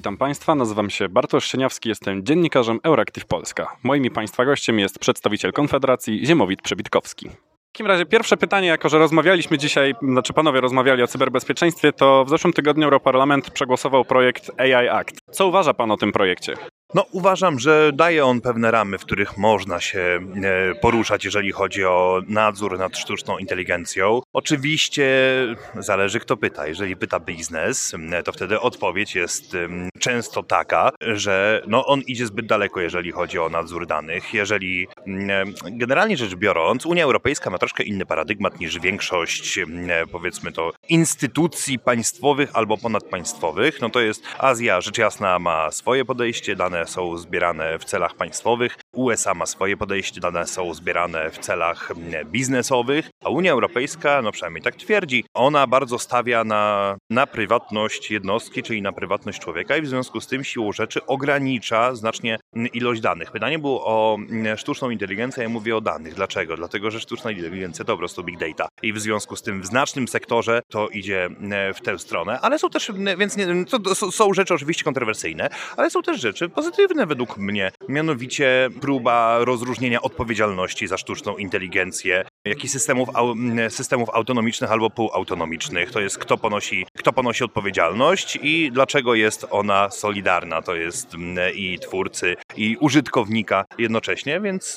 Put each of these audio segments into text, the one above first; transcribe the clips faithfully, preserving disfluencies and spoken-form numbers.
Witam Państwa, nazywam się Bartosz Sieniawski, jestem dziennikarzem Euractiv Polska. Moim i Państwa gościem jest przedstawiciel Konfederacji Ziemowit Przebitkowski. W takim razie pierwsze pytanie, jako że rozmawialiśmy dzisiaj, znaczy panowie rozmawiali o cyberbezpieczeństwie, to w zeszłym tygodniu Europarlament przegłosował projekt A I Act. Co uważa pan o tym projekcie? No, uważam, że daje on pewne ramy, w których można się poruszać, jeżeli chodzi o nadzór nad sztuczną inteligencją. Oczywiście zależy, kto pyta. Jeżeli pyta biznes, to wtedy odpowiedź jest często taka, że no, on idzie zbyt daleko, jeżeli chodzi o nadzór danych. Jeżeli generalnie rzecz biorąc, Unia Europejska ma troszkę inny paradygmat niż większość, powiedzmy to, instytucji państwowych albo ponadpaństwowych. No to jest Azja, rzecz jasna, ma swoje podejście, dane są zbierane w celach państwowych, U S A ma swoje podejście, dane są zbierane w celach biznesowych, a Unia Europejska, no przynajmniej tak twierdzi, ona bardzo stawia na, na prywatność jednostki, czyli na prywatność człowieka i w związku z tym siłą rzeczy ogranicza znacznie ilość danych. Pytanie było o sztuczną inteligencję, ja mówię o danych. Dlaczego? Dlatego, że sztuczna inteligencja to po prostu big data i w związku z tym w znacznym sektorze to idzie w tę stronę, ale są też, więc nie, to są rzeczy oczywiście kontrowersyjne, ale są też rzeczy pozytywne według mnie, mianowicie próba rozróżnienia odpowiedzialności za sztuczną inteligencję, jak i systemów, systemów autonomicznych albo półautonomicznych. To jest kto ponosi, kto ponosi odpowiedzialność i dlaczego jest ona solidarna. To jest i twórcy, i użytkownika jednocześnie, więc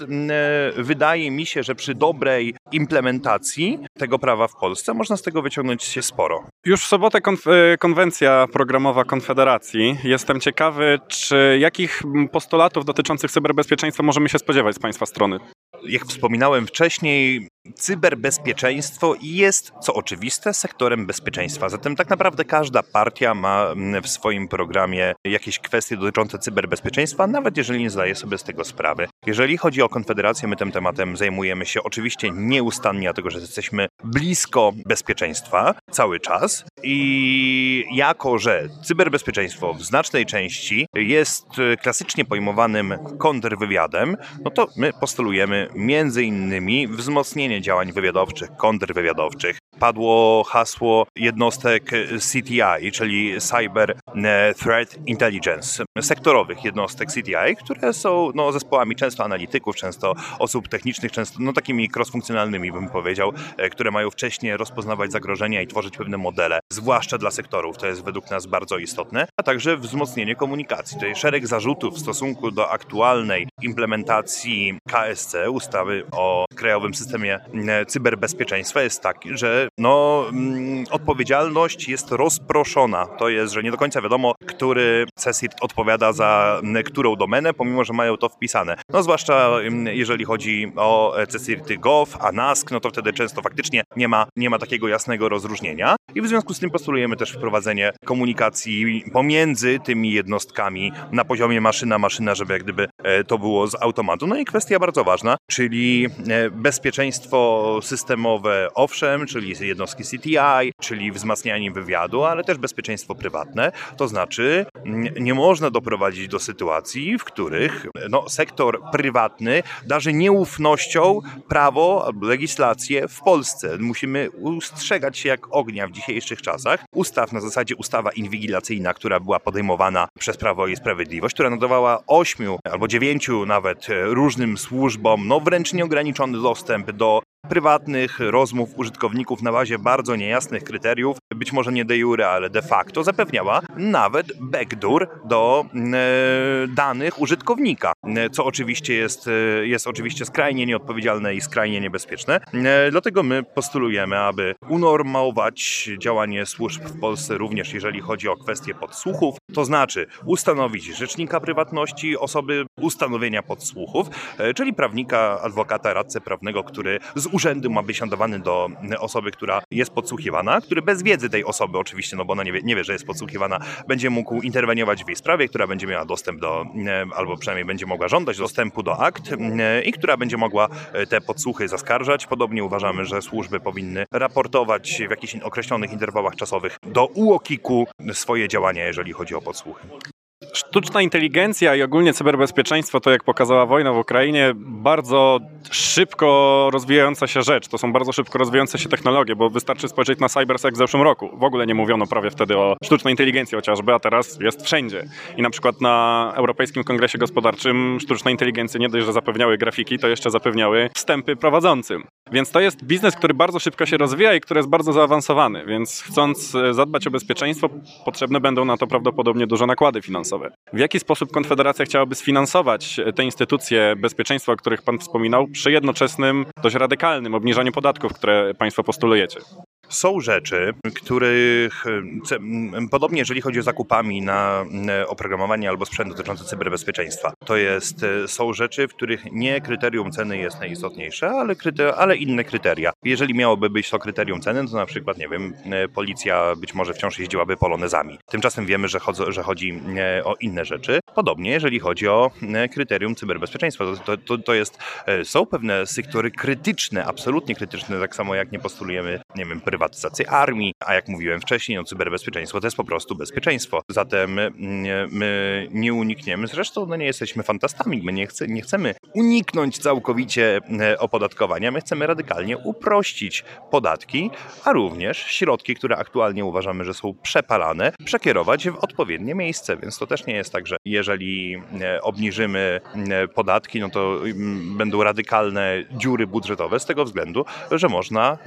wydaje mi się, że przy dobrej implementacji tego prawa w Polsce można z tego wyciągnąć się sporo. Już w sobotę konf- konwencja programowa Konfederacji. Jestem ciekawy, czy jakich postulatów dotyczących cyberbezpieczeństwa możemy się spodziewać z Państwa strony? Jak wspominałem wcześniej, cyberbezpieczeństwo jest, co oczywiste, sektorem bezpieczeństwa. Zatem tak naprawdę każda partia ma w swoim programie jakieś kwestie dotyczące cyberbezpieczeństwa, nawet jeżeli nie zdaje sobie z tego sprawy. Jeżeli chodzi o Konfederację, my tym tematem zajmujemy się oczywiście nieustannie, dlatego że jesteśmy blisko bezpieczeństwa cały czas i jako, że cyberbezpieczeństwo w znacznej części jest klasycznie pojmowanym kontrwywiadem, no to my postulujemy między innymi wzmocnienie działań wywiadowczych, kontrwywiadowczych. Padło hasło jednostek C T I, czyli Cyber Threat Intelligence, sektorowych jednostek C T I, które są no, zespołami często analityków, często osób technicznych, często no, takimi cross-funkcjonalnymi, bym powiedział, które mają wcześniej rozpoznawać zagrożenia i tworzyć pewne modele, zwłaszcza dla sektorów. To jest według nas bardzo istotne, a także wzmocnienie komunikacji. Tutaj szereg zarzutów w stosunku do aktualnej implementacji K S C, ustawy o Krajowym Systemie Cyberbezpieczeństwa, jest taki, że no, mm, odpowiedzialność jest rozproszona. To jest, że nie do końca wiadomo, który CSIRT odpowiada za którą domenę, pomimo że mają to wpisane. No zwłaszcza jeżeli chodzi o CSIRTy Gov, a N A S K, no to wtedy często faktycznie nie ma, nie ma takiego jasnego rozróżnienia. I w związku z tym postulujemy też wprowadzenie komunikacji pomiędzy tymi jednostkami na poziomie maszyna-maszyna, żeby jak gdyby to było z automatu. No i kwestia bardzo ważna, czyli bezpieczeństwo systemowe, owszem, czyli jednostki C T I, czyli wzmacnianie wywiadu, ale też bezpieczeństwo prywatne. To znaczy nie można doprowadzić do sytuacji, w których no, sektor prywatny darzy nieufnością prawo albo legislację w Polsce. Musimy ustrzegać się jak ognia w dzisiejszych czasach. Ustaw na zasadzie ustawa inwigilacyjna, która była podejmowana przez Prawo i Sprawiedliwość, która nadawała ośmiu albo dziewięciu nawet różnym służbom no wręcz nieograniczony dostęp do prywatnych rozmów użytkowników na bazie bardzo niejasnych kryteriów, być może nie de jure, ale de facto zapewniała nawet backdoor do e, danych użytkownika, co oczywiście jest, jest oczywiście skrajnie nieodpowiedzialne i skrajnie niebezpieczne. E, dlatego my postulujemy, aby unormować działanie służb w Polsce również jeżeli chodzi o kwestie podsłuchów, to znaczy ustanowić rzecznika prywatności osoby ustanowienia podsłuchów, e, czyli prawnika, adwokata, radcę prawnego, który z urzędu ma być nadawany do osoby, która jest podsłuchiwana, który bez wiedzy tej osoby oczywiście, no bo ona nie wie, nie wie, że jest podsłuchiwana, będzie mógł interweniować w jej sprawie, która będzie miała dostęp do, albo przynajmniej będzie mogła żądać dostępu do akt i która będzie mogła te podsłuchy zaskarżać. Podobnie uważamy, że służby powinny raportować w jakichś określonych interwałach czasowych do U O K I K-u swoje działania, jeżeli chodzi o podsłuchy. Sztuczna inteligencja i ogólnie cyberbezpieczeństwo, to jak pokazała wojna w Ukrainie, bardzo szybko rozwijająca się rzecz. To są bardzo szybko rozwijające się technologie, bo wystarczy spojrzeć na CyberSec w zeszłym roku. W ogóle nie mówiono prawie wtedy o sztucznej inteligencji chociażby, a teraz jest wszędzie. I na przykład na Europejskim Kongresie Gospodarczym sztuczne inteligencje nie dość, że zapewniały grafiki, to jeszcze zapewniały wstępy prowadzącym. Więc to jest biznes, który bardzo szybko się rozwija i który jest bardzo zaawansowany, więc chcąc zadbać o bezpieczeństwo, potrzebne będą na to prawdopodobnie duże nakłady finansowe. W jaki sposób Konfederacja chciałaby sfinansować te instytucje bezpieczeństwa, o których Pan wspominał, przy jednoczesnym, dość radykalnym obniżaniu podatków, które Państwo postulujecie? Są rzeczy, których, podobnie jeżeli chodzi o zakupami na oprogramowanie albo sprzęt dotyczący cyberbezpieczeństwa, to jest, są rzeczy, w których nie kryterium ceny jest najistotniejsze, ale, kryter, ale inne kryteria. Jeżeli miałoby być to kryterium ceny, to na przykład, nie wiem, policja być może wciąż jeździłaby polonezami. Tymczasem wiemy, że, chodzo, że chodzi o inne rzeczy. Podobnie, jeżeli chodzi o kryterium cyberbezpieczeństwa, to, to, to jest, są pewne sektory krytyczne, absolutnie krytyczne, tak samo jak nie postulujemy, nie wiem, prywatyzację armii, a jak mówiłem wcześniej, no cyberbezpieczeństwo to jest po prostu bezpieczeństwo. Zatem my nie unikniemy, zresztą no nie jesteśmy fantastami, my nie, chce, nie chcemy uniknąć całkowicie opodatkowania, my chcemy radykalnie uprościć podatki, a również środki, które aktualnie uważamy, że są przepalane, przekierować w odpowiednie miejsce, więc to też nie jest tak, że jeżeli obniżymy podatki, no to będą radykalne dziury budżetowe z tego względu, że można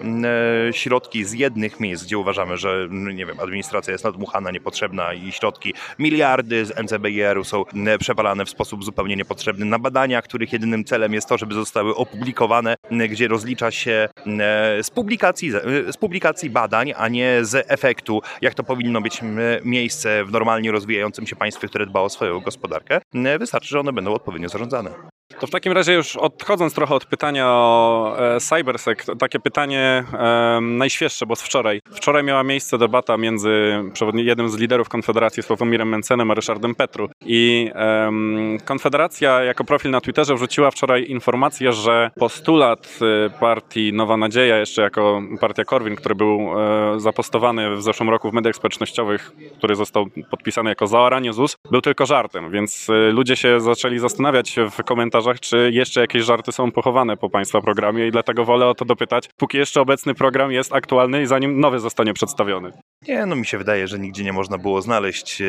środki z jednych miejsc, gdzie uważamy, że nie wiem, administracja jest nadmuchana, niepotrzebna i środki, miliardy z N C B I R-u są przepalane w sposób zupełnie niepotrzebny na badania, których jedynym celem jest to, żeby zostały opublikowane, gdzie rozlicza się z publikacji, z publikacji badań, a nie z efektu, jak to powinno być miejsce w normalnie rozwijającym się państwie, które dba o swoją gospodarkę. Wystarczy, że one będą odpowiednio zarządzane. To w takim razie już odchodząc trochę od pytania o e, CyberSec, takie pytanie e, najświeższe, bo z wczoraj. Wczoraj miała miejsce debata między jednym z liderów Konfederacji, Sławomirem Mencenem, a Ryszardem Petru. I e, Konfederacja jako profil na Twitterze wrzuciła wczoraj informację, że postulat partii Nowa Nadzieja, jeszcze jako partia Korwin, który był e, zapostowany w zeszłym roku w mediach społecznościowych, który został podpisany jako zaoranie Z U S, był tylko żartem, więc e, ludzie się zaczęli zastanawiać w komentarzach, czy jeszcze jakieś żarty są pochowane po Państwa programie i dlatego wolę o to dopytać, póki jeszcze obecny program jest aktualny i zanim nowy zostanie przedstawiony. Nie, no mi się wydaje, że nigdzie nie można było znaleźć,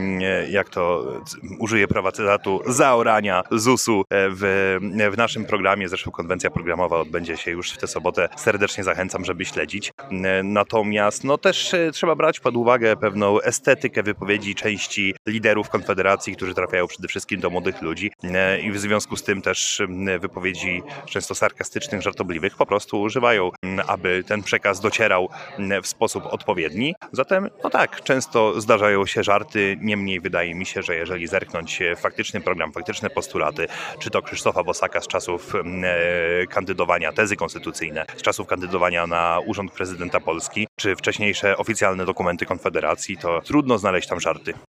jak to użyję prawa cytatu, zaorania Z U S u w, w naszym programie. Zresztą konwencja programowa odbędzie się już w tę sobotę. Serdecznie zachęcam, żeby śledzić. Natomiast no też trzeba brać pod uwagę pewną estetykę wypowiedzi części liderów Konfederacji, którzy trafiają przede wszystkim do młodych ludzi i w związku z tym też wypowiedzi często sarkastycznych, żartobliwych po prostu używają, aby ten przekaz docierał w sposób odpowiedni. Zatem, no tak, często zdarzają się żarty, niemniej wydaje mi się, że jeżeli zerknąć faktyczny program, faktyczne postulaty, czy to Krzysztofa Bosaka z czasów e, kandydowania, tezy konstytucyjne, z czasów kandydowania na urząd prezydenta Polski, czy wcześniejsze oficjalne dokumenty Konfederacji, to trudno znaleźć tam żarty.